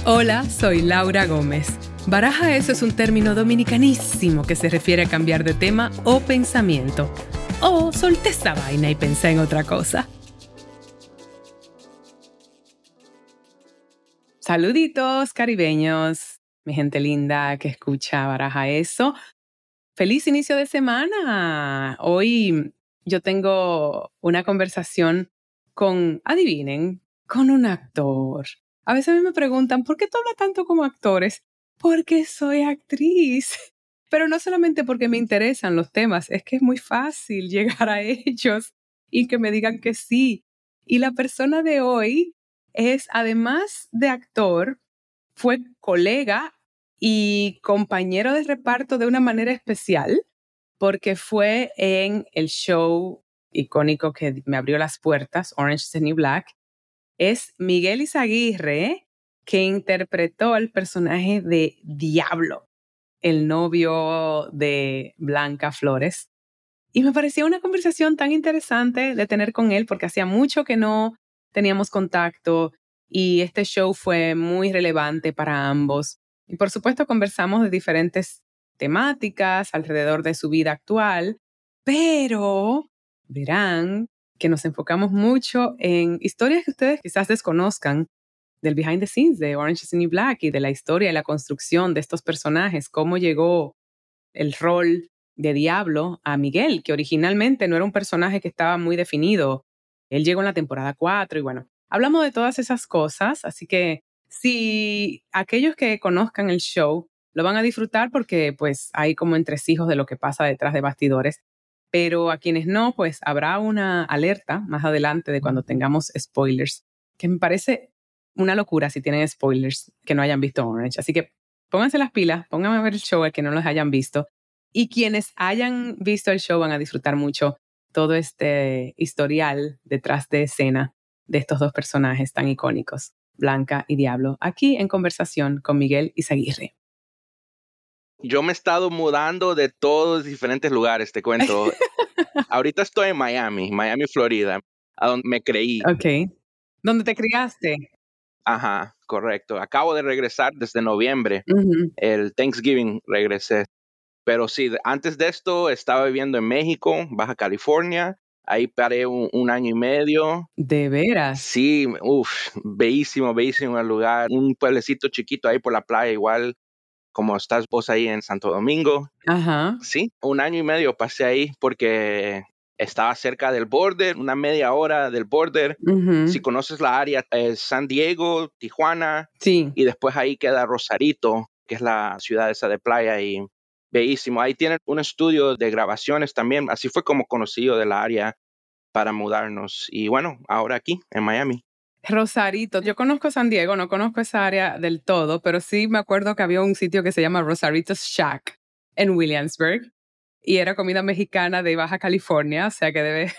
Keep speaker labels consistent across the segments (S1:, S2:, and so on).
S1: Hola, soy Laura Gómez. Baraja eso es un término dominicanísimo que se refiere a cambiar de tema o pensamiento. O solté esa vaina y pensé en otra cosa. Saluditos caribeños, mi gente linda que escucha Baraja eso. Feliz inicio de semana. Hoy yo tengo una conversación adivinen, con un actor. A veces a mí me preguntan, ¿por qué tú hablas tanto como actores? Porque soy actriz. Pero no solamente porque me interesan los temas, es que es muy fácil llegar a ellos y que me digan que sí. Y la persona de hoy es, además de actor, fue colega y compañero de reparto de una manera especial porque fue en el show icónico que me abrió las puertas, Orange is the New Black. Es Miguel Izaguirre, que interpretó al personaje de Diablo, el novio de Blanca Flores. Y me parecía una conversación tan interesante de tener con él porque hacía mucho que no teníamos contacto y este show fue muy relevante para ambos. Y por supuesto conversamos de diferentes temáticas alrededor de su vida actual, pero verán que nos enfocamos mucho en historias que ustedes quizás desconozcan del behind the scenes de Orange is the New Black y de la historia y la construcción de estos personajes, cómo llegó el rol de Diablo a Miguel, que originalmente no era un personaje que estaba muy definido. Él llegó en la temporada 4 y bueno, hablamos de todas esas cosas, así que si aquellos que conozcan el show lo van a disfrutar porque pues hay como entresijos de lo que pasa detrás de bastidores, pero a quienes no, pues habrá una alerta más adelante de cuando tengamos spoilers, que me parece una locura si tienen spoilers que no hayan visto Orange. Así que pónganse las pilas, pónganme a ver el show a que no los hayan visto. Y quienes hayan visto el show van a disfrutar mucho todo este historial detrás de escena de estos dos personajes tan icónicos, Blanca y Diablo, aquí en conversación con Miguel Izaguirre.
S2: Yo me he estado mudando de todos diferentes lugares, te cuento. Ahorita estoy en Miami, Florida, a donde me creí.
S1: Ok. ¿Dónde te criaste?
S2: Ajá, correcto. Acabo de regresar desde noviembre.
S1: Ujú.
S2: El Thanksgiving regresé. Pero sí, antes de esto estaba viviendo en México, Baja California. Ahí paré un año y medio.
S1: ¿De veras?
S2: Sí, bellísimo, bellísimo el lugar. Un pueblecito chiquito ahí por la playa, igual como estás vos ahí en Santo Domingo.
S1: Ajá.
S2: Sí, un año y medio pasé ahí porque estaba cerca del border, una media hora del border. Si
S1: Ujú.
S2: conoces la área, es San Diego, Tijuana,
S1: Sí.
S2: y después ahí queda Rosarito, que es la ciudad esa de playa y bellísimo. Ahí tienen un estudio de grabaciones también. Así fue como conocí yo de la área para mudarnos. Y bueno, ahora aquí en Miami.
S1: Rosarito, yo conozco San Diego, no conozco esa área del todo, pero sí me acuerdo que había un sitio que se llama Rosarito's Shack en Williamsburg y era comida mexicana de Baja California, o sea que debe,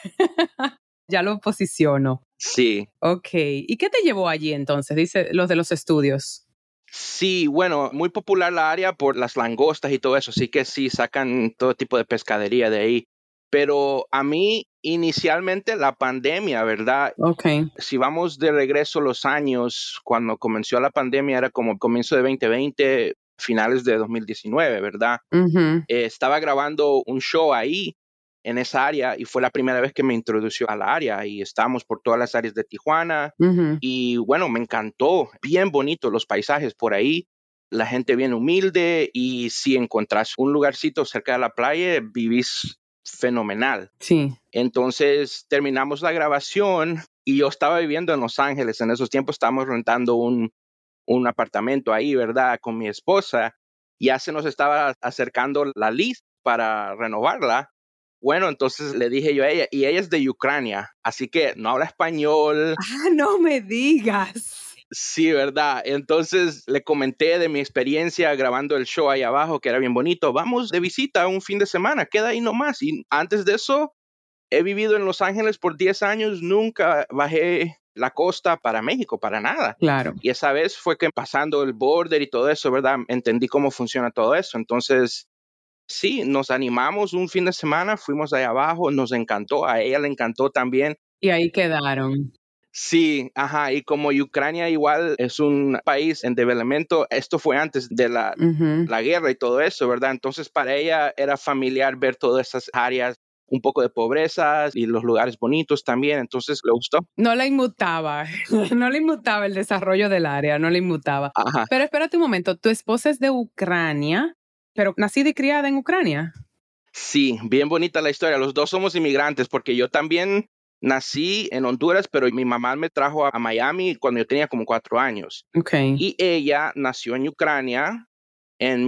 S1: ya lo posiciono.
S2: Sí.
S1: Ok, ¿y qué te llevó allí entonces? Dice los de los estudios.
S2: Sí, bueno, muy popular la área por las langostas y todo eso, así que sí, sacan todo tipo de pescadería de ahí. Pero a mí, inicialmente, la pandemia, ¿verdad?
S1: Ok.
S2: Si vamos de regreso los años, cuando comenzó la pandemia, era como comienzo de 2020, finales de 2019, ¿verdad?
S1: Ujú.
S2: Estaba grabando un show ahí en esa área y fue la primera vez que me introdució a la área y estábamos por todas las áreas de Tijuana
S1: Ujú.
S2: y bueno, me encantó, bien bonito los paisajes por ahí, la gente bien humilde y si encontrás un lugarcito cerca de la playa, vivís fenomenal.
S1: Sí.
S2: Entonces terminamos la grabación y yo estaba viviendo en Los Ángeles, en esos tiempos estábamos rentando un apartamento ahí, ¿verdad? Con mi esposa. Ya se nos estaba acercando la lista para renovarla. Bueno, entonces le dije yo a ella, y ella es de Ucrania, así que no habla español.
S1: Ah, no me digas.
S2: Sí, ¿verdad? Entonces le comenté de mi experiencia grabando el show ahí abajo, que era bien bonito. Vamos de visita un fin de semana, queda ahí nomás. Y antes de eso, he vivido en Los Ángeles por 10 años, nunca bajé la costa para México, para nada.
S1: Claro.
S2: Y esa vez fue que pasando el border y todo eso, ¿verdad? Entendí cómo funciona todo eso. Entonces, sí, nos animamos un fin de semana, fuimos ahí abajo, nos encantó, a ella le encantó también.
S1: Y ahí quedaron.
S2: Sí, ajá, y como Ucrania igual es un país en developamiento, esto fue antes de
S1: Ujú.
S2: la guerra y todo eso, ¿verdad? Entonces para ella era familiar ver todas esas áreas, un poco de pobreza y los lugares bonitos también, entonces le gustó.
S1: No la inmutaba, no le inmutaba el desarrollo del área, no le inmutaba.
S2: Ajá,
S1: Pero espérate un momento, tu esposa es de Ucrania, pero nacida y criada en Ucrania.
S2: sí, bien bonita la historia. Los dos somos inmigrantes porque yo también nací en Honduras, pero mi mamá me trajo a Miami cuando yo tenía como 4 años.
S1: Okey.
S2: Y ella nació en Ucrania en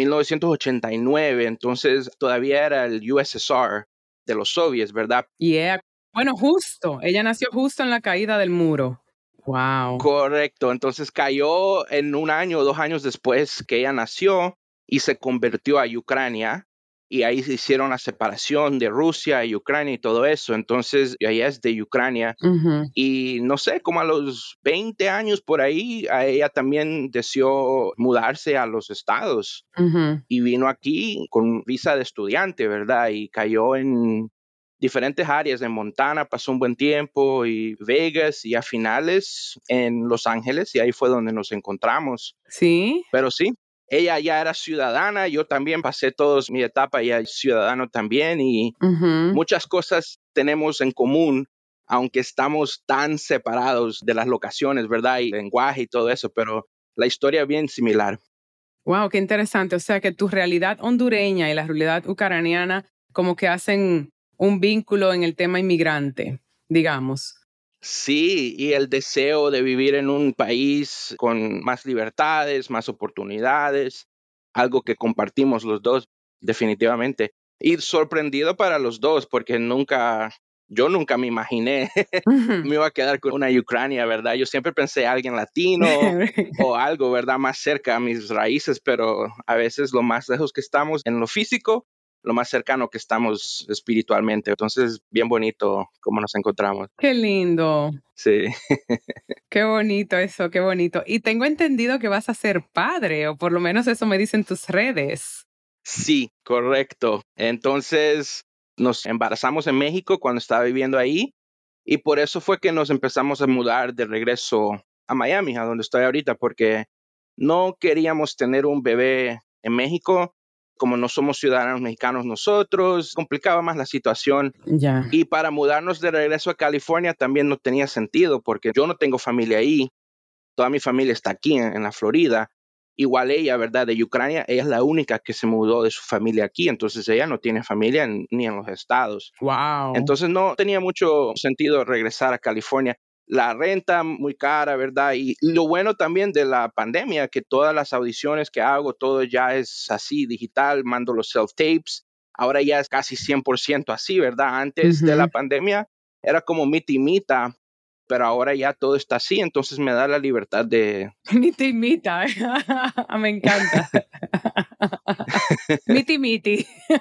S2: 1989, entonces todavía era el USSR de los soviets, ¿verdad?
S1: Yeah. Bueno, justo, ella nació justo en la caída del muro. Wow.
S2: Correcto, entonces cayó en un año o 2 años después que ella nació y se convirtió a Ucrania y ahí se hicieron la separación de Rusia y Ucrania y todo eso, entonces ella es de Ucrania
S1: Ujú,
S2: y no sé, como a los 20 años por ahí, a ella también deseó mudarse a los estados
S1: ujú,
S2: y vino aquí con visa de estudiante, ¿verdad? Y cayó en diferentes áreas, en Montana pasó un buen tiempo y Vegas y a finales en Los Ángeles y ahí fue donde nos encontramos.
S1: sí,
S2: Pero sí, ella ya era ciudadana, yo también pasé toda mi etapa ya ciudadano también y
S1: ujú.
S2: muchas cosas tenemos en común, aunque estamos tan separados de las locaciones, ¿verdad? Y lenguaje y todo eso, pero la historia es bien similar.
S1: Wow, qué interesante. O sea, que tu realidad hondureña y la realidad ucraniana como que hacen un vínculo en el tema inmigrante, digamos.
S2: Sí, y el deseo de vivir en un país con más libertades, más oportunidades, algo que compartimos los dos, definitivamente. Y sorprendido para los dos, porque yo nunca me imaginé
S1: Ujú.
S2: me iba a quedar con una Ucrania, ¿verdad? Yo siempre pensé alguien latino o algo, ¿verdad? Más cerca a mis raíces, pero a veces lo más lejos que estamos en lo físico, lo más cercano que estamos espiritualmente. Entonces, bien bonito cómo nos encontramos.
S1: Qué lindo,
S2: Sí.
S1: qué bonito eso, qué bonito. Y tengo entendido que vas a ser padre, o por lo menos eso me dicen tus redes.
S2: Sí, correcto. Entonces nos embarazamos en México cuando estaba viviendo ahí y por eso fue que nos empezamos a mudar de regreso a Miami, a donde estoy ahorita, porque no queríamos tener un bebé en México, como no somos ciudadanos mexicanos nosotros, complicaba más la situación.
S1: Ya.
S2: Y para mudarnos de regreso a California también no tenía sentido, porque yo no tengo familia ahí, toda mi familia está aquí en la Florida. Igual ella, ¿verdad? De Ucrania, ella es la única que se mudó de su familia aquí, entonces ella no tiene familia ni en los estados.
S1: Wow.
S2: Entonces no tenía mucho sentido regresar a California. La renta muy cara, ¿verdad? Y lo bueno también de la pandemia, que todas las audiciones que hago, todo ya es así, digital, mando los self-tapes. Ahora ya es casi 100% así, ¿verdad? Antes de la pandemia era como mita y mita, pero ahora ya todo está así, entonces me da la libertad de...
S1: Miti imita, me encanta. Miti miti.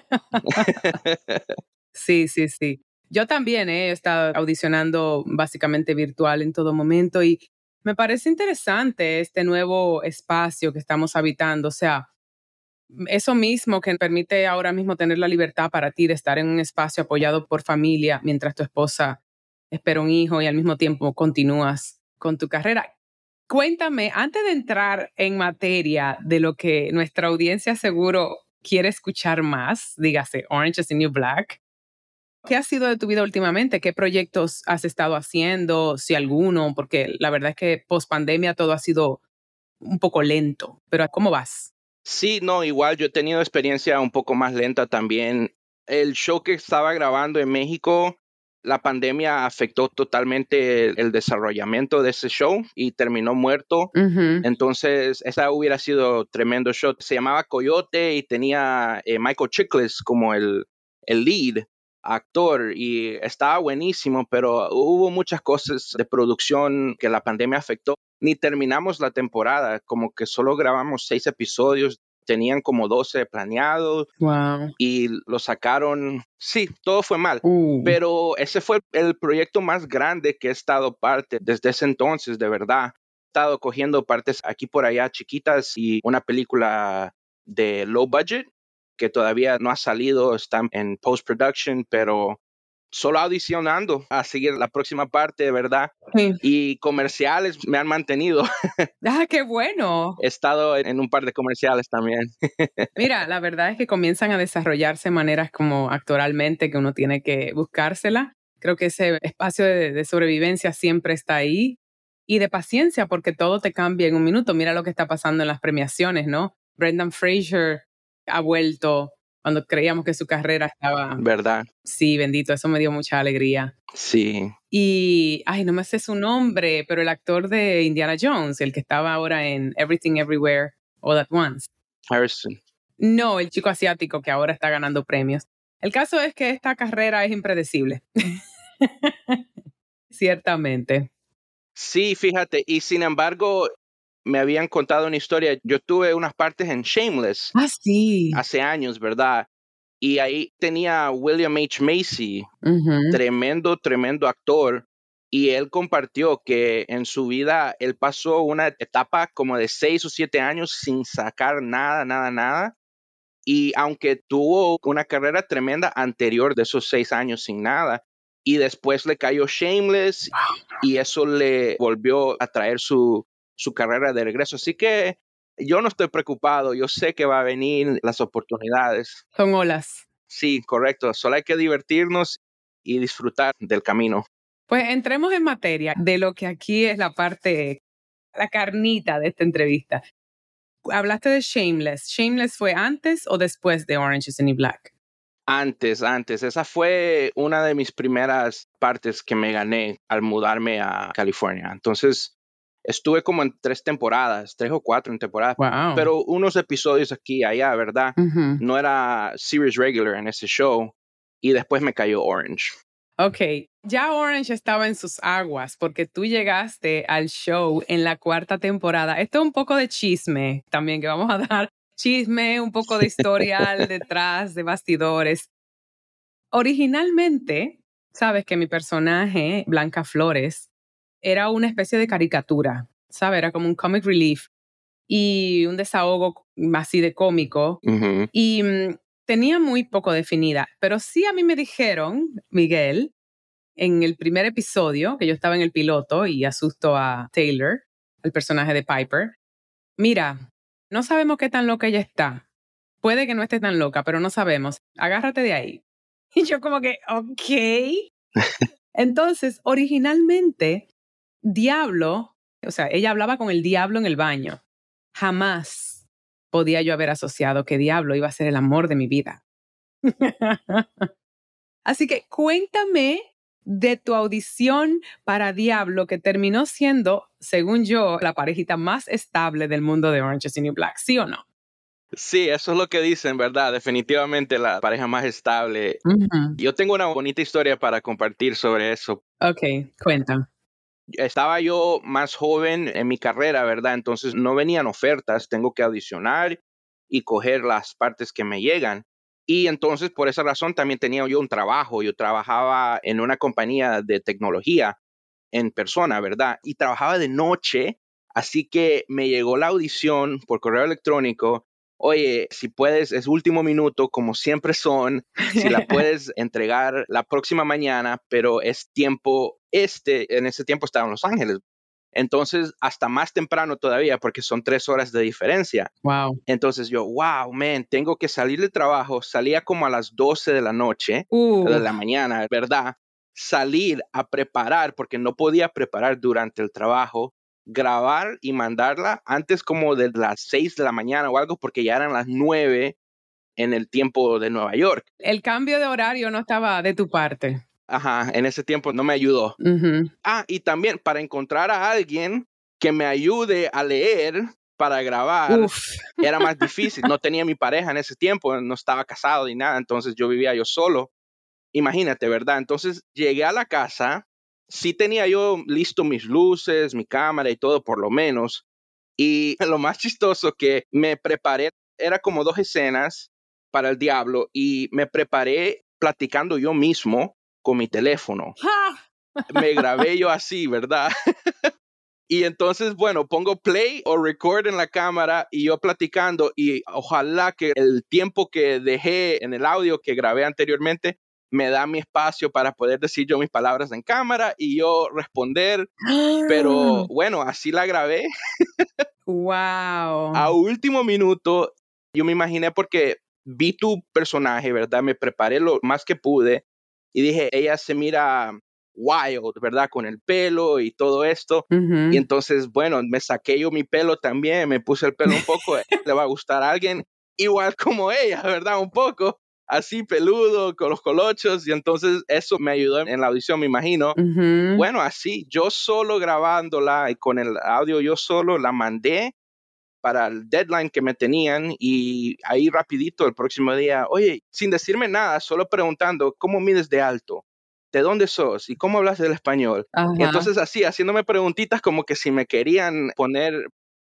S1: Sí, sí, sí. Yo también, he estado audicionando básicamente virtual en todo momento y me parece interesante este nuevo espacio que estamos habitando. O sea, eso mismo que permite ahora mismo tener la libertad para ti de estar en un espacio apoyado por familia mientras tu esposa espera un hijo y al mismo tiempo continúas con tu carrera. Cuéntame, antes de entrar en materia de lo que nuestra audiencia seguro quiere escuchar más, dígase Orange is the New Black, ¿qué ha sido de tu vida últimamente? ¿Qué proyectos has estado haciendo? Si alguno, porque la verdad es que post pandemia todo ha sido un poco lento, pero ¿cómo vas?
S2: Sí, no, igual yo he tenido experiencia un poco más lenta también. El show que estaba grabando en México, la pandemia afectó totalmente el desarrollamiento de ese show y terminó muerto.
S1: Ujú.
S2: Entonces, esa hubiera sido tremendo show. Se llamaba Coyote y tenía Michael Chiklis como el lead actor y estaba buenísimo, pero hubo muchas cosas de producción que la pandemia afectó. Ni terminamos la temporada, como que solo grabamos 6 episodios, tenían como 12 planeados
S1: Wow.
S2: y lo sacaron, sí, todo fue mal.
S1: Uh,
S2: Pero ese fue el proyecto más grande que he estado parte desde ese entonces, de verdad. He estado cogiendo partes aquí por allá chiquitas y una película de low budget que todavía no ha salido, está en post-production, pero solo audicionando a seguir la próxima parte, ¿verdad?
S1: Sí.
S2: Y comerciales me han mantenido.
S1: ¡Ah, qué bueno!
S2: He estado en un par de comerciales también.
S1: Mira, la verdad es que comienzan a desarrollarse maneras como actoralmente que uno tiene que buscársela. Creo que ese espacio de sobrevivencia siempre está ahí y de paciencia porque todo te cambia en un minuto. Mira lo que está pasando en las premiaciones, ¿no? Brendan Fraser ha vuelto cuando creíamos que su carrera estaba.
S2: ¿Verdad?
S1: Sí, bendito, eso me dio mucha alegría.
S2: Sí.
S1: Y, ay, no me sé su nombre, pero el actor de Indiana Jones, el que estaba ahora en Everything Everywhere All at Once.
S2: Harrison.
S1: No, el chico asiático que ahora está ganando premios. El caso es que esta carrera es impredecible. Ciertamente.
S2: Sí, fíjate, y sin embargo, me habían contado una historia. Yo tuve unas partes en Shameless
S1: Ah, sí.
S2: hace años, ¿verdad? Y ahí tenía a William H. Macy,
S1: Ujú.
S2: tremendo actor. Y él compartió que en su vida él pasó una etapa como de 6 o 7 años sin sacar nada. Y aunque tuvo una carrera tremenda anterior de esos 6 años sin nada, y después le cayó Shameless y eso le volvió a traer su carrera de regreso. Así que yo no estoy preocupado, yo sé que va a venir las oportunidades.
S1: Son olas.
S2: Sí, correcto, solo hay que divertirnos y disfrutar del camino.
S1: Pues entremos en materia de lo que aquí es la parte, la carnita de esta entrevista. Hablaste de Shameless. ¿Shameless fue antes o después de Orange is the New Black?
S2: Antes, esa fue una de mis primeras partes que me gané al mudarme a California. Entonces, estuve como en 3 temporadas, 3 o 4 temporadas,
S1: Wow.
S2: pero unos episodios aquí y allá, ¿verdad?
S1: Ujú.
S2: No era series regular en ese show y después me cayó Orange.
S1: Ok, ya Orange estaba en sus aguas porque tú llegaste al show en la 4ª temporada. Esto es un poco de chisme también que vamos a dar. Chisme, un poco de historial detrás, de bastidores. Originalmente, sabes que mi personaje, Blanca Flores, era una especie de caricatura, ¿sabes? Era como un comic relief y un desahogo así de cómico.
S2: Ujú.
S1: Y tenía muy poco definida, pero sí a mí me dijeron, Miguel, en el primer episodio, que yo estaba en el piloto y asusto a Taylor, el personaje de Piper, mira, no sabemos qué tan loca ella está. Puede que no esté tan loca, pero no sabemos. Agárrate de ahí. Y yo como que, ok. Entonces, originalmente, Diablo, o sea, ella hablaba con el diablo en el baño. Jamás podía yo haber asociado que Diablo iba a ser el amor de mi vida. Así que cuéntame de tu audición para Diablo, que terminó siendo, según yo, la parejita más estable del mundo de Orange is the New Black, ¿sí o no?
S2: Sí, eso es lo que dicen, ¿verdad? Definitivamente la pareja más estable.
S1: Ujú.
S2: Yo tengo una bonita historia para compartir sobre eso.
S1: Ok, cuenta.
S2: Estaba yo más joven en mi carrera, ¿verdad? Entonces no venían ofertas, tengo que audicionar y coger las partes que me llegan. Y entonces por esa razón también tenía yo un trabajo. Yo trabajaba en una compañía de tecnología en persona, ¿verdad? Y trabajaba de noche, así que me llegó la audición por correo electrónico. Oye, si puedes, es último minuto, como siempre son, si la puedes entregar la próxima mañana, pero es tiempo, en ese tiempo estaba en Los Ángeles. Entonces, hasta más temprano todavía, porque son 3 horas de diferencia.
S1: Wow.
S2: Entonces yo, wow, man, tengo que salir del trabajo. Salía como a las 12 de la noche, de
S1: Uh,
S2: la mañana, ¿verdad? Salir a preparar, porque no podía preparar durante el trabajo, grabar y mandarla antes como de las 6 de la mañana o algo, porque ya eran las 9 en el tiempo de Nueva York.
S1: el cambio de horario no estaba de tu parte.
S2: Ajá, en ese tiempo no me ayudó.
S1: Ujú.
S2: Y también para encontrar a alguien que me ayude a leer para grabar
S1: Uf.
S2: era más difícil. No tenía mi pareja en ese tiempo, no estaba casado ni nada, entonces yo vivía yo solo. Imagínate, ¿verdad? Entonces llegué a la casa, sí tenía yo listo mis luces, mi cámara y todo por lo menos. Y lo más chistoso que me preparé, era como 2 escenas para el diablo y me preparé platicando yo mismo con mi teléfono.
S1: ¡Ja!
S2: Me grabé yo así, ¿verdad? Y entonces, bueno, pongo play o record en la cámara y yo platicando y ojalá que el tiempo que dejé en el audio que grabé anteriormente me da mi espacio para poder decir yo mis palabras en cámara y yo responder. Pero bueno, así la grabé.
S1: Wow.
S2: A último minuto, yo me imaginé porque vi tu personaje, ¿verdad? Me preparé lo más que pude y dije, ella se mira wild, ¿verdad? Con el pelo y todo esto. Y entonces, bueno, me saqué yo mi pelo también, me puse el pelo un poco, le va a gustar a alguien igual como ella, ¿verdad? Un poco así peludo, con los colochos. Y entonces eso me ayudó en la audición, me imagino. Bueno, así, yo solo grabándola y con el audio yo solo la mandé para el deadline que me tenían y ahí rapidito el próximo día, oye, sin decirme nada, solo preguntando, ¿cómo mides de alto? ¿De dónde sos? ¿Y cómo hablas del español? Y
S1: Ajá.
S2: entonces así, haciéndome preguntitas como que si me querían poner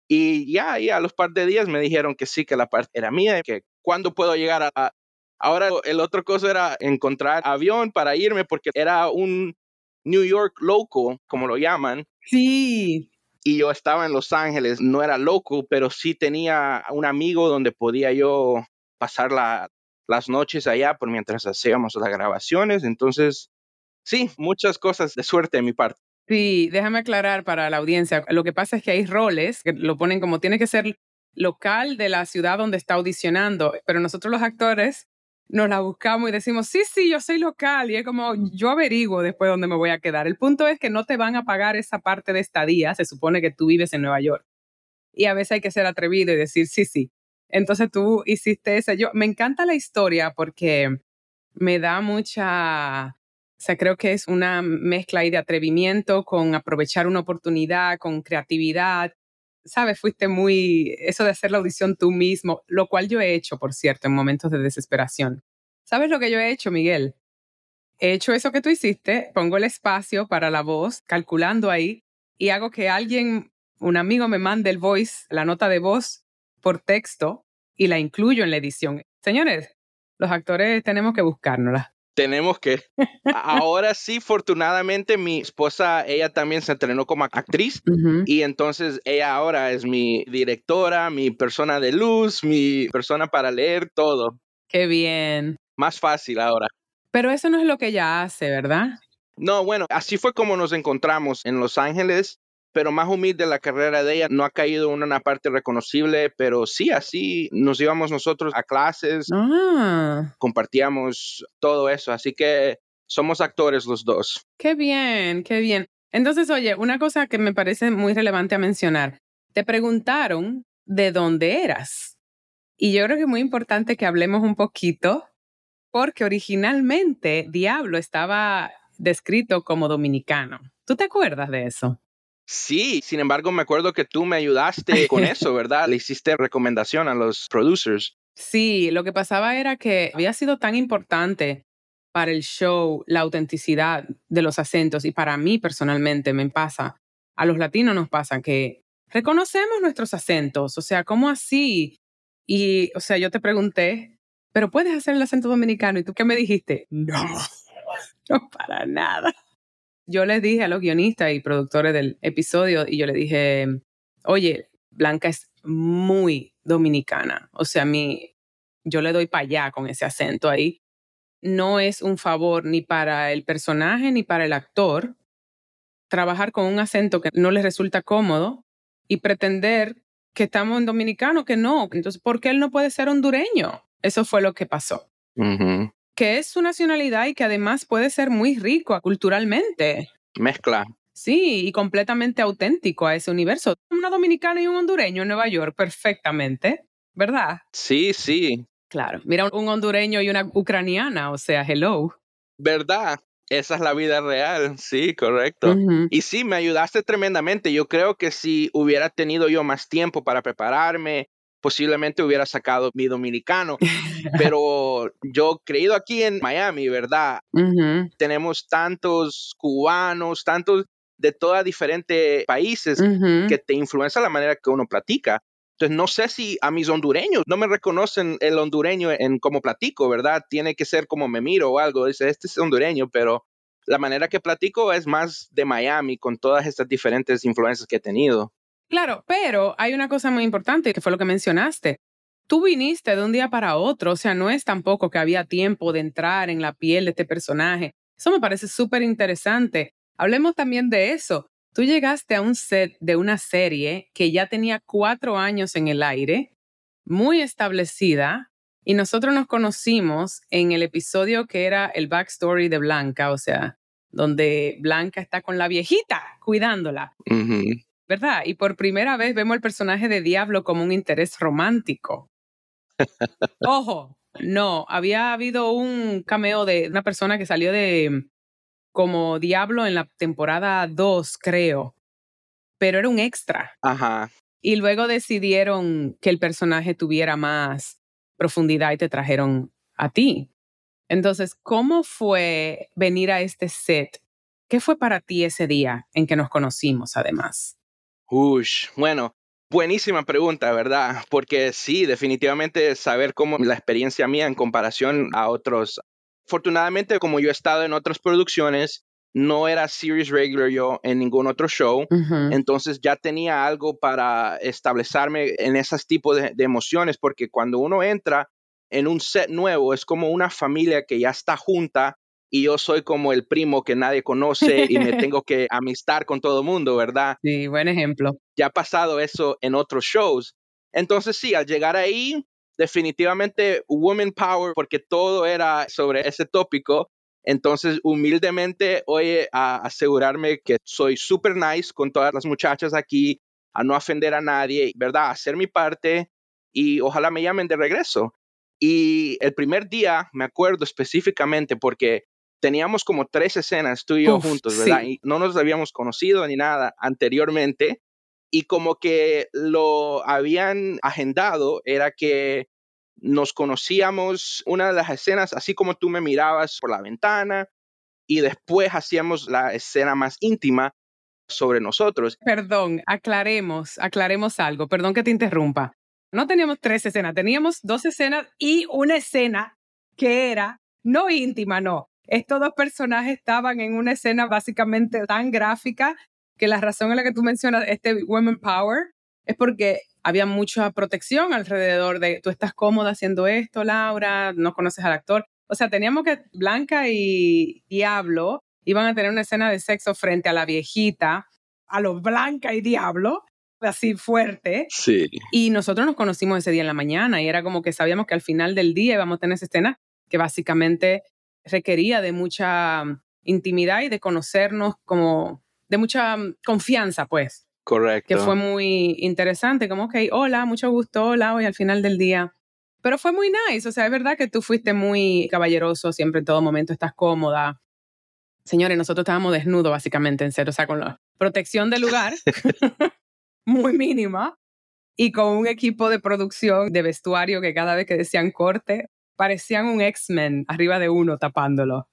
S2: y ya a los par de días me dijeron que sí, que la parte era mía, que cuándo puedo llegar Ahora el otro cosa era encontrar avión para irme porque era un New York local, como lo llaman,
S1: Sí.
S2: y yo estaba en Los Ángeles, no era loco, pero sí tenía un amigo donde podía yo pasar las noches allá por mientras hacíamos las grabaciones. Entonces, sí, muchas cosas de suerte de mi parte.
S1: Sí, déjame aclarar para la audiencia. Lo que pasa es que hay roles que lo ponen como tiene que ser local de la ciudad donde está audicionando, pero nosotros los actores nos la buscamos y decimos, sí, sí, yo soy local y es como, yo averiguo después dónde me voy a quedar. El punto es que no te van a pagar esa parte de estadía, se supone que tú vives en Nueva York y a veces hay que ser atrevido y decir, sí, sí. Entonces tú hiciste eso. Me encanta la historia porque me da mucha, o sea, creo que es una mezcla ahí de atrevimiento con aprovechar una oportunidad, con creatividad. ¿Sabes? Fuiste muy, eso de hacer la audición tú mismo, lo cual yo he hecho, por cierto, en momentos de desesperación. ¿Sabes lo que yo he hecho, Miguel? He hecho eso que tú hiciste, pongo el espacio para la voz, calculando ahí, y hago que alguien, un amigo me mande el voice, la nota de voz por texto y la incluyo en la edición. Señores, los actores tenemos que buscárnosla.
S2: Tenemos que... Ahora sí, afortunadamente, mi esposa, ella también se entrenó como actriz
S1: Ujú.
S2: y entonces ella ahora es mi directora, mi persona de luz, mi persona para leer todo.
S1: Qué bien.
S2: Más fácil ahora.
S1: Pero eso no es lo que ella hace, ¿verdad?
S2: No, bueno, así fue como nos encontramos en Los Ángeles, pero más humilde la carrera de ella, no ha caído en una parte reconocible, pero sí, así nos íbamos nosotros a clases,
S1: Ah,
S2: compartíamos todo eso, así que somos actores los dos.
S1: qué bien, qué bien. Entonces, oye, una cosa que me parece muy relevante a mencionar. Te preguntaron de dónde eras. Y yo creo que es muy importante que hablemos un poquito, porque originalmente Diablo estaba descrito como dominicano. ¿Tú te acuerdas de eso?
S2: Sí, sin embargo, me acuerdo que tú me ayudaste con eso, ¿verdad? Le hiciste recomendación a los producers.
S1: Sí, lo que pasaba era que había sido tan importante para el show la autenticidad de los acentos y para mí personalmente me pasa, a los latinos nos pasa que reconocemos nuestros acentos, o sea, ¿cómo así? Y, o sea, yo te pregunté, ¿pero puedes hacer el acento dominicano? ¿Y tú qué me dijiste? No, no para nada. Yo les dije a los guionistas y productores del episodio y yo le dije, oye, Blanca es muy dominicana, o sea, yo le doy para allá con ese acento ahí. No es un favor ni para el personaje ni para el actor trabajar con un acento que no les resulta cómodo y pretender que estamos en dominicano, que no. Entonces, ¿por qué él no puede ser hondureño? Eso fue lo que pasó.
S2: Ujú.
S1: Que es su nacionalidad y que además puede ser muy rico culturalmente.
S2: Mezcla.
S1: Sí, y completamente auténtico a ese universo. Una dominicana y un hondureño en Nueva York, perfectamente, ¿verdad?
S2: Sí, sí,
S1: Claro. Mira, un hondureño y una ucraniana, o sea, hello.
S2: ¿verdad? Esa es la vida real, sí, correcto.
S1: Ujú.
S2: Y sí, me ayudaste tremendamente. Yo creo que si hubiera tenido yo más tiempo para prepararme, posiblemente hubiera sacado mi dominicano. Pero yo creído aquí en Miami, ¿verdad?
S1: Ujú,
S2: Tenemos tantos cubanos, tantos de todos diferentes países
S1: ujú.
S2: que te influencia la manera que uno platica. Entonces, no sé si a mis hondureños no me reconocen el hondureño en cómo platico, ¿verdad? Tiene que ser como me miro o algo. Dice, este es hondureño, pero la manera que platico es más de Miami con todas estas diferentes influencias que he tenido.
S1: Claro, pero hay una cosa muy importante que fue lo que mencionaste. tú viniste de un día para otro, o sea, no es tampoco que había tiempo de entrar en la piel de este personaje. Eso me parece súper interesante. Hablemos también de eso. Tú llegaste a un set de una serie que ya tenía 4 años en el aire, muy establecida, y nosotros nos conocimos en el episodio que era el backstory de Blanca, o sea, donde Blanca está con la viejita cuidándola,
S2: Ujú.
S1: ¿verdad? Y por primera vez vemos el personaje de Diablo como un interés romántico. Ojo, no, había habido un cameo de una persona que salió de como Diablo en la temporada 2, creo, pero era un extra.
S2: Ajá.
S1: Y luego decidieron que el personaje tuviera más profundidad y te trajeron a ti. Entonces, ¿cómo fue venir a este set? ¿Qué fue para ti ese día en que nos conocimos, además?
S2: Ush, bueno, buenísima pregunta, ¿verdad? Porque sí, definitivamente saber cómo la experiencia mía en comparación a otros. Afortunadamente, como yo he estado en otras producciones, no era series regular yo en ningún otro show,
S1: Ujú.
S2: entonces ya tenía algo para establecerme en esos tipos de emociones, porque cuando uno entra en un set nuevo, es como una familia que ya está junta y yo soy como el primo que nadie conoce y me tengo que amistar con todo el mundo, ¿verdad?
S1: Sí, buen ejemplo.
S2: Ya ha pasado eso en otros shows. Entonces sí, al llegar ahí, definitivamente Woman Power, porque todo era sobre ese tópico. Entonces, humildemente, oye, a asegurarme que soy super nice con todas las muchachas aquí, a no ofender a nadie, ¿verdad? Hacer mi parte y ojalá me llamen de regreso. Y el primer día, me acuerdo específicamente porque teníamos como 3 escenas tú y yo
S1: Uf,
S2: juntos, ¿verdad?
S1: sí.
S2: Y no nos habíamos conocido ni nada anteriormente y como que lo habían agendado era que nos conocíamos una de las escenas, así como tú me mirabas por la ventana, y después hacíamos la escena más íntima sobre nosotros.
S1: Perdón, aclaremos algo. Perdón que te interrumpa. No teníamos 3 escenas, teníamos 2 escenas y una escena que era no íntima, no. Estos dos personajes estaban en una escena básicamente tan gráfica que la razón en la que tú mencionas este Women Power es porque había mucha protección alrededor de tú estás cómoda haciendo esto, Laura, no conoces al actor. O sea, teníamos que Blanca y Diablo iban a tener una escena de sexo frente a la viejita a lo Blanca y Diablo, así fuerte.
S2: Sí,
S1: Y nosotros nos conocimos ese día en la mañana y era como que sabíamos que al final del día íbamos a tener esa escena que básicamente requería de mucha intimidad y de conocernos como de mucha confianza, pues, que fue
S2: correcto.
S1: muy interesante, como, ok, hola, mucho gusto, hola, hoy al final del día. Pero fue muy nice, o sea, es verdad que tú fuiste muy caballeroso, siempre en todo momento estás cómoda. Señores, nosotros estábamos desnudos básicamente en cero, o sea, con la protección del lugar muy mínima y con un equipo de producción de vestuario que cada vez que decían corte, parecían un X-Men arriba de uno tapándolo.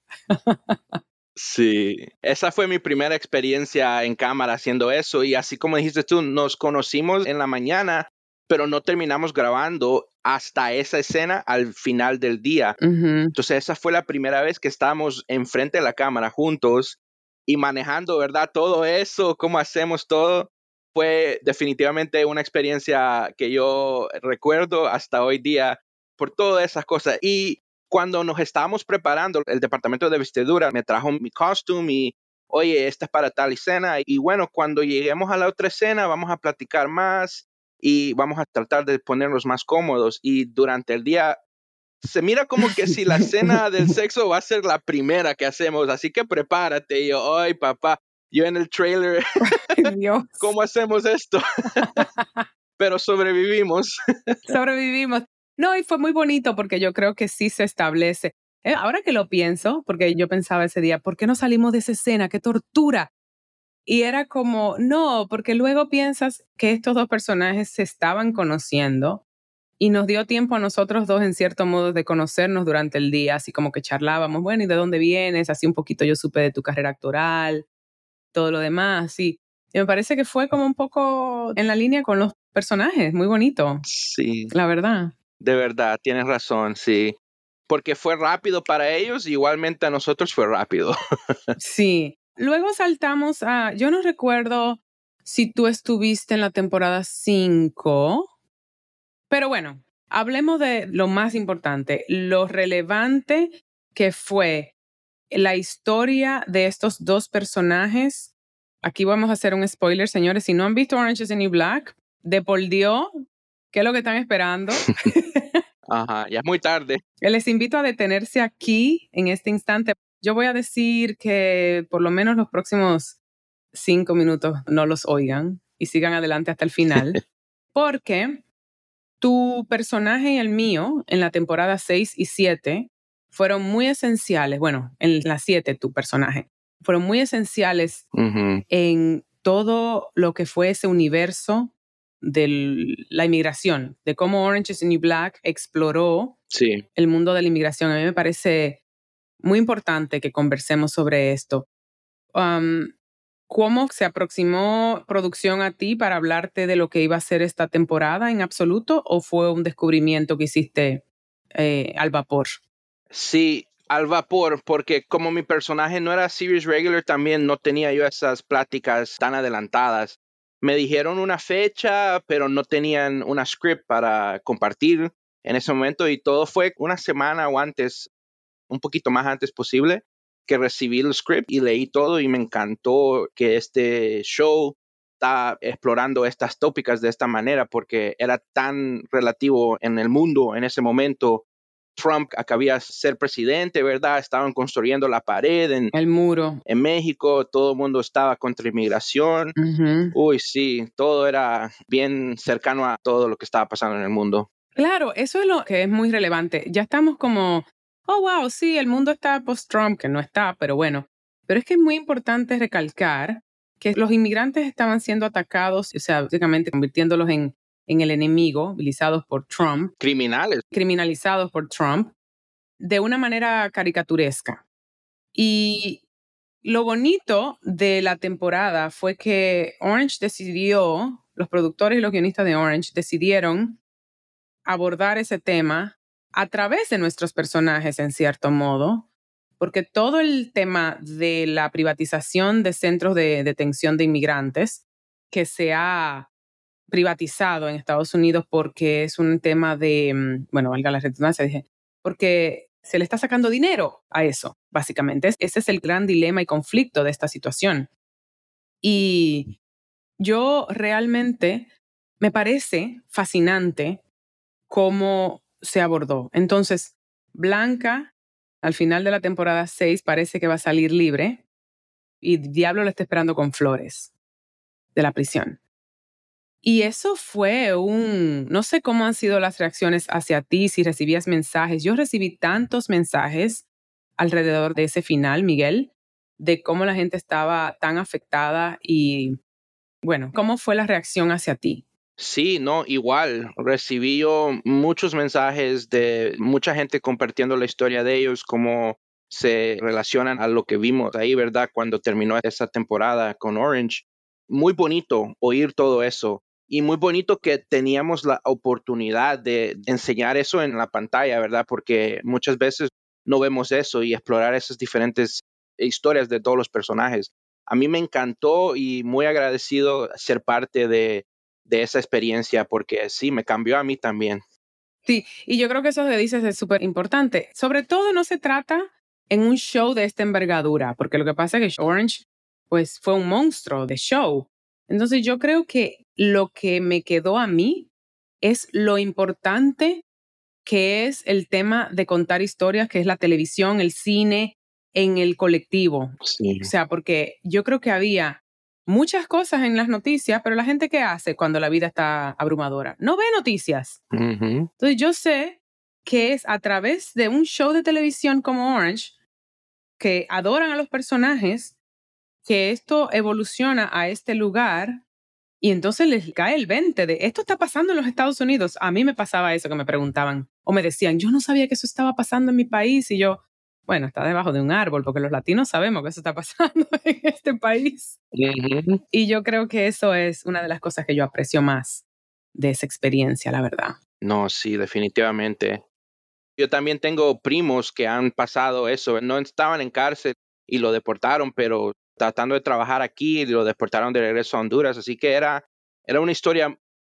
S2: Sí, esa fue mi primera experiencia en cámara haciendo eso y así como dijiste tú, nos conocimos en la mañana, pero no terminamos grabando hasta esa escena al final del día.
S1: Ujú.
S2: Entonces esa fue la primera vez que estábamos enfrente de la cámara juntos y manejando, ¿verdad? Todo eso, cómo hacemos todo, fue definitivamente una experiencia que yo recuerdo hasta hoy día por todas esas cosas. Y cuando nos estábamos preparando, el departamento de vestidura me trajo mi costume y, oye, esta es para tal escena. Y bueno, cuando lleguemos a la otra escena, vamos a platicar más y vamos a tratar de ponernos más cómodos. Y durante el día se mira como que si la escena del sexo va a ser la primera que hacemos, así que prepárate. Y yo, ay, papá, yo en el trailer,
S1: Ay, Dios.
S2: ¿cómo hacemos esto? Pero sobrevivimos.
S1: Sobrevivimos. No, y fue muy bonito porque yo creo que sí se establece. Ahora que lo pienso, porque yo pensaba ese día, ¿por qué no salimos de esa escena? ¡Qué tortura! Y era como, no, porque luego piensas que estos dos personajes se estaban conociendo y nos dio tiempo a nosotros dos, en cierto modo, de conocernos durante el día, así como que charlábamos, bueno, ¿y de dónde vienes? Así un poquito yo supe de tu carrera actoral, todo lo demás, sí. Y me parece que fue como un poco en la línea con los personajes, muy bonito,
S2: Sí,
S1: la verdad.
S2: de verdad, tienes razón, sí. Porque fue rápido para ellos, igualmente a nosotros fue rápido.
S1: Sí. Luego saltamos a, yo no recuerdo si tú estuviste en la temporada 5. Pero bueno, hablemos de lo más importante, lo relevante que fue la historia de estos dos personajes. Aquí vamos a hacer un spoiler, señores. Si no han visto Orange is the New Black, de por Dios, ¿qué es lo que están esperando?
S2: Ajá, ya es muy tarde.
S1: Les invito a detenerse aquí en este instante. Yo voy a decir que por lo menos los próximos 5 minutos no los oigan y sigan adelante hasta el final, porque tu personaje y el mío en la temporada 6 y 7 fueron muy esenciales. Bueno, en la 7 tu personaje fueron muy esenciales
S2: Ujú,
S1: en todo lo que fue ese universo de la inmigración, de cómo Orange is the New Black exploró
S2: sí.
S1: el mundo de la inmigración. A mí me parece muy importante que conversemos sobre esto. Um, ¿Cómo se aproximó producción a ti para hablarte de lo que iba a ser esta temporada en absoluto o fue un descubrimiento que hiciste al vapor?
S2: Sí, al vapor, porque como mi personaje no era series regular, también no tenía yo esas pláticas tan adelantadas. Me dijeron una fecha, pero no tenían una script para compartir en ese momento y todo fue una semana o antes, un poquito más antes posible, que recibí el script y leí todo y me encantó que este show está explorando estas tópicas de esta manera porque era tan relativo en el mundo en ese momento. Trump acababa de ser presidente, ¿verdad? Estaban construyendo la pared
S1: El muro.
S2: en México, todo el mundo estaba contra inmigración.
S1: Ujú.
S2: Uy, sí, todo era bien cercano a todo lo que estaba pasando en el mundo.
S1: Claro, eso es lo que es muy relevante. Ya estamos como, oh, wow, sí, el mundo está post-Trump, que no está, pero bueno. Pero es que es muy importante recalcar que los inmigrantes estaban siendo atacados, o sea, básicamente convirtiéndolos en el enemigo, utilizados por Trump,
S2: Criminales.
S1: criminalizados por Trump, de una manera caricaturesca. Y lo bonito de la temporada fue que Orange decidió, los productores y los guionistas de Orange decidieron abordar ese tema a través de nuestros personajes, en cierto modo, porque todo el tema de la privatización de centros de detención de inmigrantes que se ha privatizado en Estados Unidos porque es un tema de, bueno, valga la redundancia, dije, porque se le está sacando dinero a eso, básicamente. Ese es el gran dilema y conflicto de esta situación. Y yo realmente me parece fascinante cómo se abordó. Entonces, Blanca, al final de la temporada 6 parece que va a salir libre y Diablo la está esperando con flores de la prisión. Y eso fue no sé cómo han sido las reacciones hacia ti, si recibías mensajes. Yo recibí tantos mensajes alrededor de ese final, Miguel, de cómo la gente estaba tan afectada y, bueno, ¿cómo fue la reacción hacia ti?
S2: Sí, no, igual. Recibí yo muchos mensajes de mucha gente compartiendo la historia de ellos, cómo se relacionan a lo que vimos ahí, ¿verdad? Cuando terminó esa temporada con Orange. Muy bonito oír todo eso y muy bonito que teníamos la oportunidad de enseñar eso en la pantalla, ¿verdad? Porque muchas veces no vemos eso y explorar esas diferentes historias de todos los personajes. A mí me encantó y muy agradecido ser parte de esa experiencia porque sí, me cambió a mí también.
S1: Sí, y yo creo que eso que dices es súper importante. Sobre todo no se trata en un show de esta envergadura, porque lo que pasa es que Orange, pues fue un monstruo de show. Entonces yo creo que lo que me quedó a mí es lo importante que es el tema de contar historias, que es la televisión, el cine, en el colectivo.
S2: Sí.
S1: O sea, porque yo creo que había muchas cosas en las noticias, pero la gente, ¿qué hace cuando la vida está abrumadora? No ve noticias.
S2: Ujú.
S1: Entonces yo sé que es a través de un show de televisión como Orange, que adoran a los personajes, que esto evoluciona a este lugar y entonces les cae el 20 de esto está pasando en los Estados Unidos. A mí me pasaba eso que me preguntaban o me decían, yo no sabía que eso estaba pasando en mi país y yo, bueno, está debajo de un árbol porque los latinos sabemos que eso está pasando en este país.
S2: Ujú.
S1: Y yo creo que eso es una de las cosas que yo aprecio más de esa experiencia, la verdad.
S2: No, sí, definitivamente. Yo también tengo primos que han pasado eso, no estaban en cárcel y lo deportaron, pero tratando de trabajar aquí, lo deportaron de regreso a Honduras, así que era una historia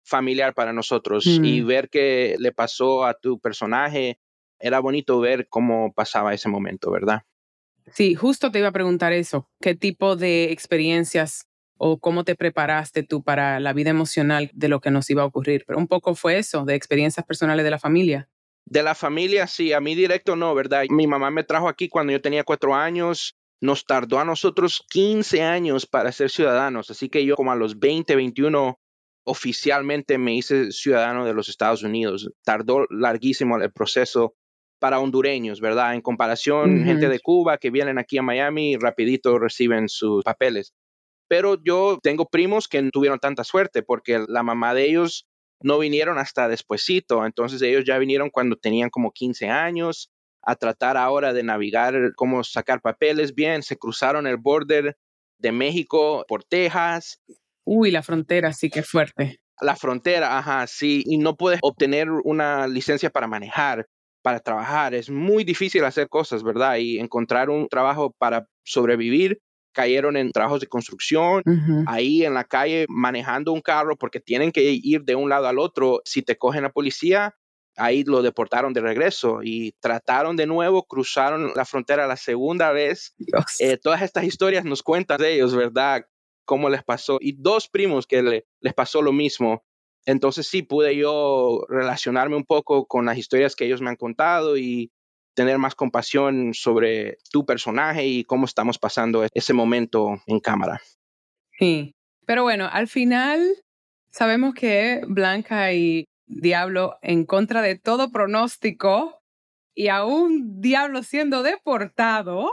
S2: familiar para nosotros y
S1: Mm.
S2: ver qué le pasó a tu personaje, era bonito ver cómo pasaba ese momento, ¿verdad?
S1: Sí, justo te iba a preguntar eso. ¿Qué tipo de experiencias o cómo te preparaste tú para la vida emocional de lo que nos iba a ocurrir? Pero un poco fue eso, de experiencias personales de la familia.
S2: De la familia, sí, a mí directo no, ¿verdad? Mi mamá me trajo aquí cuando yo tenía 4 años, nos tardó a nosotros 15 años para ser ciudadanos, así que yo como a los 20, 21 oficialmente me hice ciudadano de los Estados Unidos. Tardó larguísimo el proceso para hondureños, ¿verdad? En comparación, gente
S1: Ujú.
S2: de Cuba que vienen aquí a Miami, rapidito reciben sus papeles. Pero yo tengo primos que no tuvieron tanta suerte porque la mamá de ellos no vinieron hasta despuesito, entonces ellos ya vinieron cuando tenían como 15 años a tratar ahora de navegar cómo sacar papeles bien, se cruzaron el border de México por Texas,
S1: Uy, la frontera sí que es fuerte.
S2: la frontera, ajá, sí, y no puedes obtener una licencia para manejar, para trabajar. Es muy difícil hacer cosas, ¿verdad? Y encontrar un trabajo para sobrevivir. Cayeron en trabajos de construcción,
S1: Ujú.
S2: ahí en la calle manejando un carro porque tienen que ir de un lado al otro. Si te cogen la policía, ahí lo deportaron de regreso y trataron de nuevo, cruzaron la frontera la segunda vez.
S1: Dios.
S2: Todas estas historias nos cuentan de ellos, ¿verdad? Cómo les pasó. Y dos primos que les pasó lo mismo. Entonces sí pude yo relacionarme un poco con las historias que ellos me han contado y tener más compasión sobre tu personaje y cómo estamos pasando ese momento en cámara.
S1: Sí. Pero bueno, al final sabemos que Blanca y Diablo, en contra de todo pronóstico y aún Diablo siendo deportado,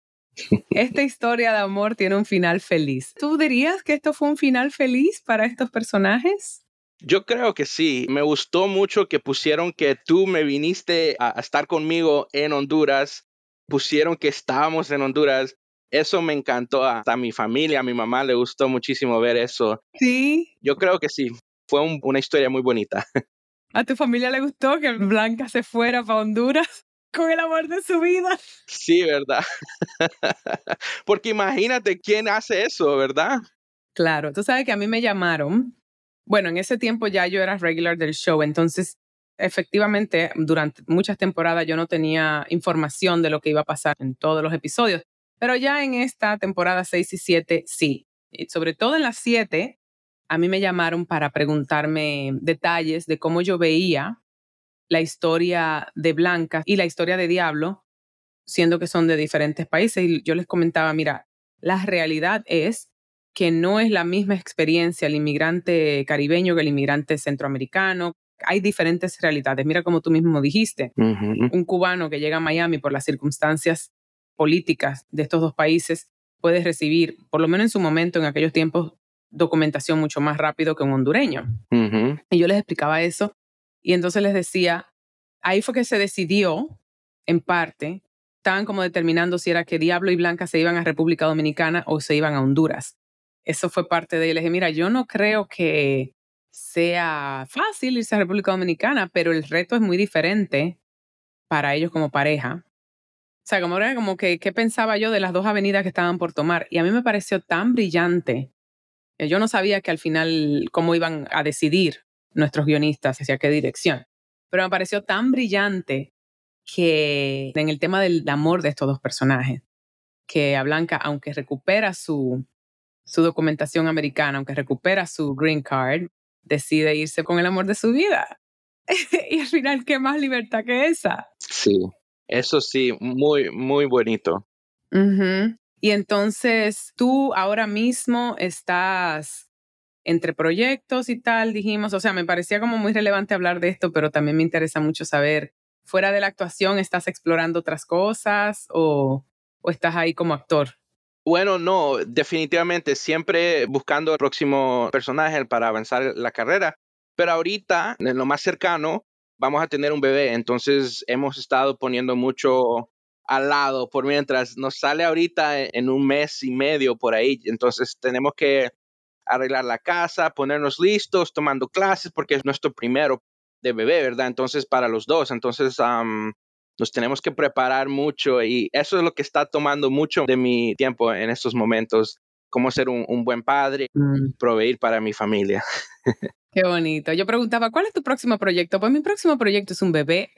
S1: esta historia de amor tiene un final feliz. ¿Tú dirías que esto fue un final feliz para estos personajes?
S2: Yo creo que sí. Me gustó mucho que pusieron que tú me viniste a estar conmigo en Honduras. Pusieron que estábamos en Honduras. Eso me encantó hasta a mi familia, a mi mamá le gustó muchísimo ver eso.
S1: Sí.
S2: Yo creo que sí. Fue una historia muy bonita.
S1: ¿A tu familia le gustó que Blanca se fuera para Honduras con el amor de su vida?
S2: Sí, ¿verdad? Porque imagínate quién hace eso, ¿verdad?
S1: Claro, tú sabes que a mí me llamaron. Bueno, en ese tiempo ya yo era regular del show, entonces efectivamente durante muchas temporadas yo no tenía información de lo que iba a pasar en todos los episodios, pero ya en esta temporada 6 y 7 sí. Y sobre todo en las 7 a mí me llamaron para preguntarme detalles de cómo yo veía la historia de Blanca y la historia de Diablo, siendo que son de diferentes países. Y yo les comentaba, mira, la realidad es que no es la misma experiencia el inmigrante caribeño que el inmigrante centroamericano. Hay diferentes realidades. Mira como tú mismo dijiste,
S2: Ujú,
S1: un cubano que llega a Miami por las circunstancias políticas de estos dos países puede recibir, por lo menos en su momento, en aquellos tiempos, documentación mucho más rápido que un hondureño.
S2: ujú,
S1: Y yo les explicaba eso y entonces les decía, ahí fue que se decidió, en parte, estaban como determinando si era que Diablo y Blanca se iban a República Dominicana o se iban a Honduras. Eso fue parte de él. Le dije, mira, yo no creo que sea fácil irse a República Dominicana, pero el reto es muy diferente para ellos como pareja. O sea, como era como que, ¿qué pensaba yo de las dos avenidas que estaban por tomar? Y a mí me pareció tan brillante. Yo no sabía que al final cómo iban a decidir nuestros guionistas hacia qué dirección, pero me pareció tan brillante que en el tema del amor de estos dos personajes, que a Blanca, aunque recupera su documentación americana, aunque recupera su green card, decide irse con el amor de su vida. Y al final, ¿qué más libertad que esa?
S2: sí, eso sí, muy, muy bonito.
S1: Ujú. Y entonces tú ahora mismo estás entre proyectos y tal, dijimos, o sea, me parecía como muy relevante hablar de esto, pero también me interesa mucho saber, fuera de la actuación, ¿estás explorando otras cosas o estás ahí como actor?
S2: Bueno, no, definitivamente siempre buscando el próximo personaje para avanzar la carrera, pero ahorita, en lo más cercano, vamos a tener un bebé, entonces hemos estado poniendo mucho al lado por mientras nos sale ahorita en un mes y medio por ahí, entonces tenemos que arreglar la casa, ponernos listos, tomando clases, porque es nuestro primero de bebé, ¿verdad? Entonces, para los dos, entonces nos tenemos que preparar mucho y eso es lo que está tomando mucho de mi tiempo en estos momentos, cómo ser un buen padre,
S1: Mm.
S2: proveer para mi familia.
S1: Qué bonito. Yo preguntaba, ¿cuál es tu próximo proyecto? Pues mi próximo proyecto es un bebé.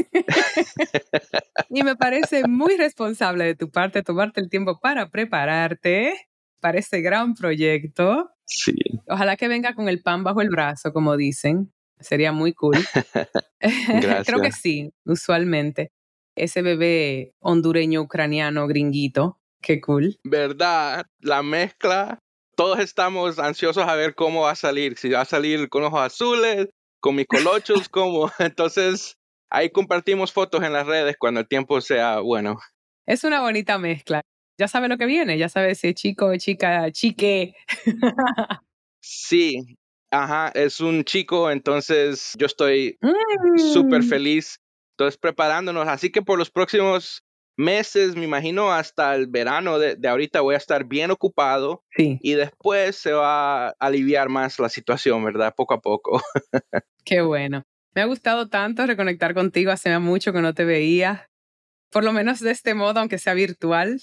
S1: Y me parece muy responsable de tu parte tomarte el tiempo para prepararte para este gran proyecto.
S2: Sí,
S1: Ojalá que venga con el pan bajo el brazo, como dicen. Sería muy cool. Creo que
S2: gracias.
S1: sí, usualmente. Ese bebé hondureño, ucraniano, gringuito. Qué cool.
S2: ¿Verdad? La mezcla, todos estamos ansiosos a ver cómo va a salir. Si va a salir con ojos azules, con mis colochos, cómo. Entonces, ahí compartimos fotos en las redes cuando el tiempo sea bueno.
S1: Es una bonita mezcla. Ya sabe lo que viene, ya sabe si es chico, chica, chique.
S2: Sí, ajá, es un chico, entonces yo estoy súper
S1: Mm,
S2: feliz. Entonces, preparándonos. Así que por los próximos meses, me imagino hasta el verano de ahorita voy a estar bien ocupado
S1: sí,
S2: y después se va a aliviar más la situación, ¿verdad? Poco a poco.
S1: qué bueno. Me ha gustado tanto reconectar contigo, hace mucho que no te veía, por lo menos de este modo, aunque sea virtual,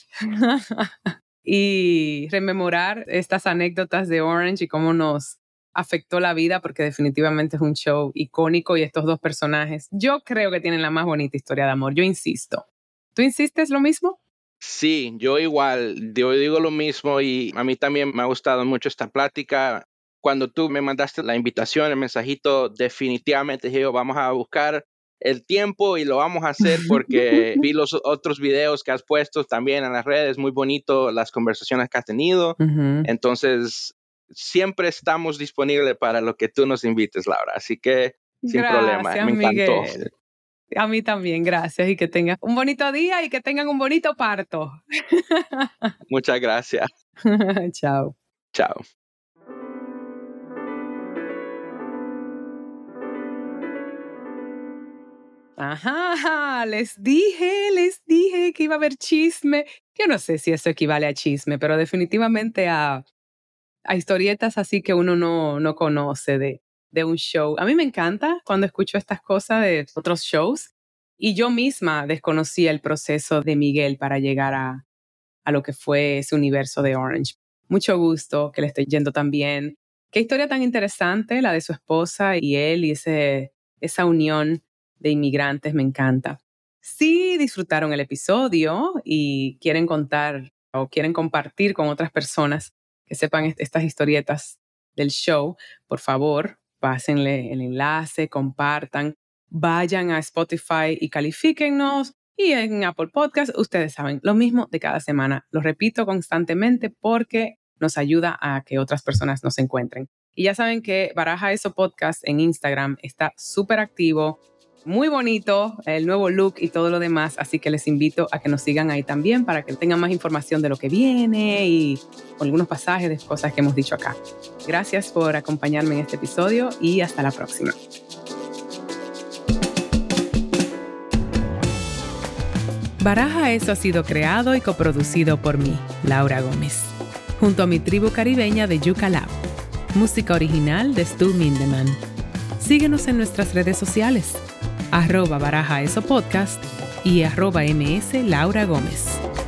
S1: y rememorar estas anécdotas de Orange y cómo nos afectó la vida, porque definitivamente es un show icónico y estos dos personajes, yo creo que tienen la más bonita historia de amor, yo insisto. ¿Tú insistes lo mismo?
S2: Sí, yo igual, yo digo lo mismo y a mí también me ha gustado mucho esta plática. Cuando tú me mandaste la invitación, el mensajito, definitivamente dije, yo, vamos a buscar el tiempo y lo vamos a hacer porque vi los otros videos que has puesto también en las redes, muy bonito las conversaciones que has tenido.
S1: Ujú.
S2: Entonces, siempre estamos disponibles para lo que tú nos invites, Laura. Así que, sin problema,
S1: Gracias,
S2: me encantó.
S1: Miguel. A mí también, gracias. Y que tengas un bonito día y que tengan un bonito parto.
S2: Muchas gracias.
S1: Chao.
S2: Chao.
S1: Ajá, les dije que iba a haber chisme. Yo no sé si eso equivale a chisme, pero definitivamente a historietas así que uno no conoce de un show. A mí me encanta cuando escucho estas cosas de otros shows y yo misma desconocía el proceso de Miguel para llegar a lo que fue ese universo de Orange. Mucho gusto que le esté yendo tan bien. Qué historia tan interesante la de su esposa y él y esa unión de inmigrantes, me encanta. Si disfrutaron el episodio y quieren contar o quieren compartir con otras personas que sepan estas historietas del show, por favor, pásenle el enlace, compartan, vayan a Spotify y califíquennos. Y en Apple Podcast, ustedes saben, lo mismo de cada semana. Lo repito constantemente porque nos ayuda a que otras personas nos encuentren. Y ya saben que Baraja Eso Podcast en Instagram está súper activo, muy bonito, el nuevo look y todo lo demás. Así que les invito a que nos sigan ahí también para que tengan más información de lo que viene y algunos pasajes de cosas que hemos dicho acá. Gracias por acompañarme en este episodio y hasta la próxima. Baraja Eso ha sido creado y coproducido por mí, Laura Gómez, junto a mi tribu caribeña de Yuca Lab. Música original de Stu Mindeman. Síguenos en nuestras redes sociales, @Baraja Eso Podcast y @MS Laura Gómez.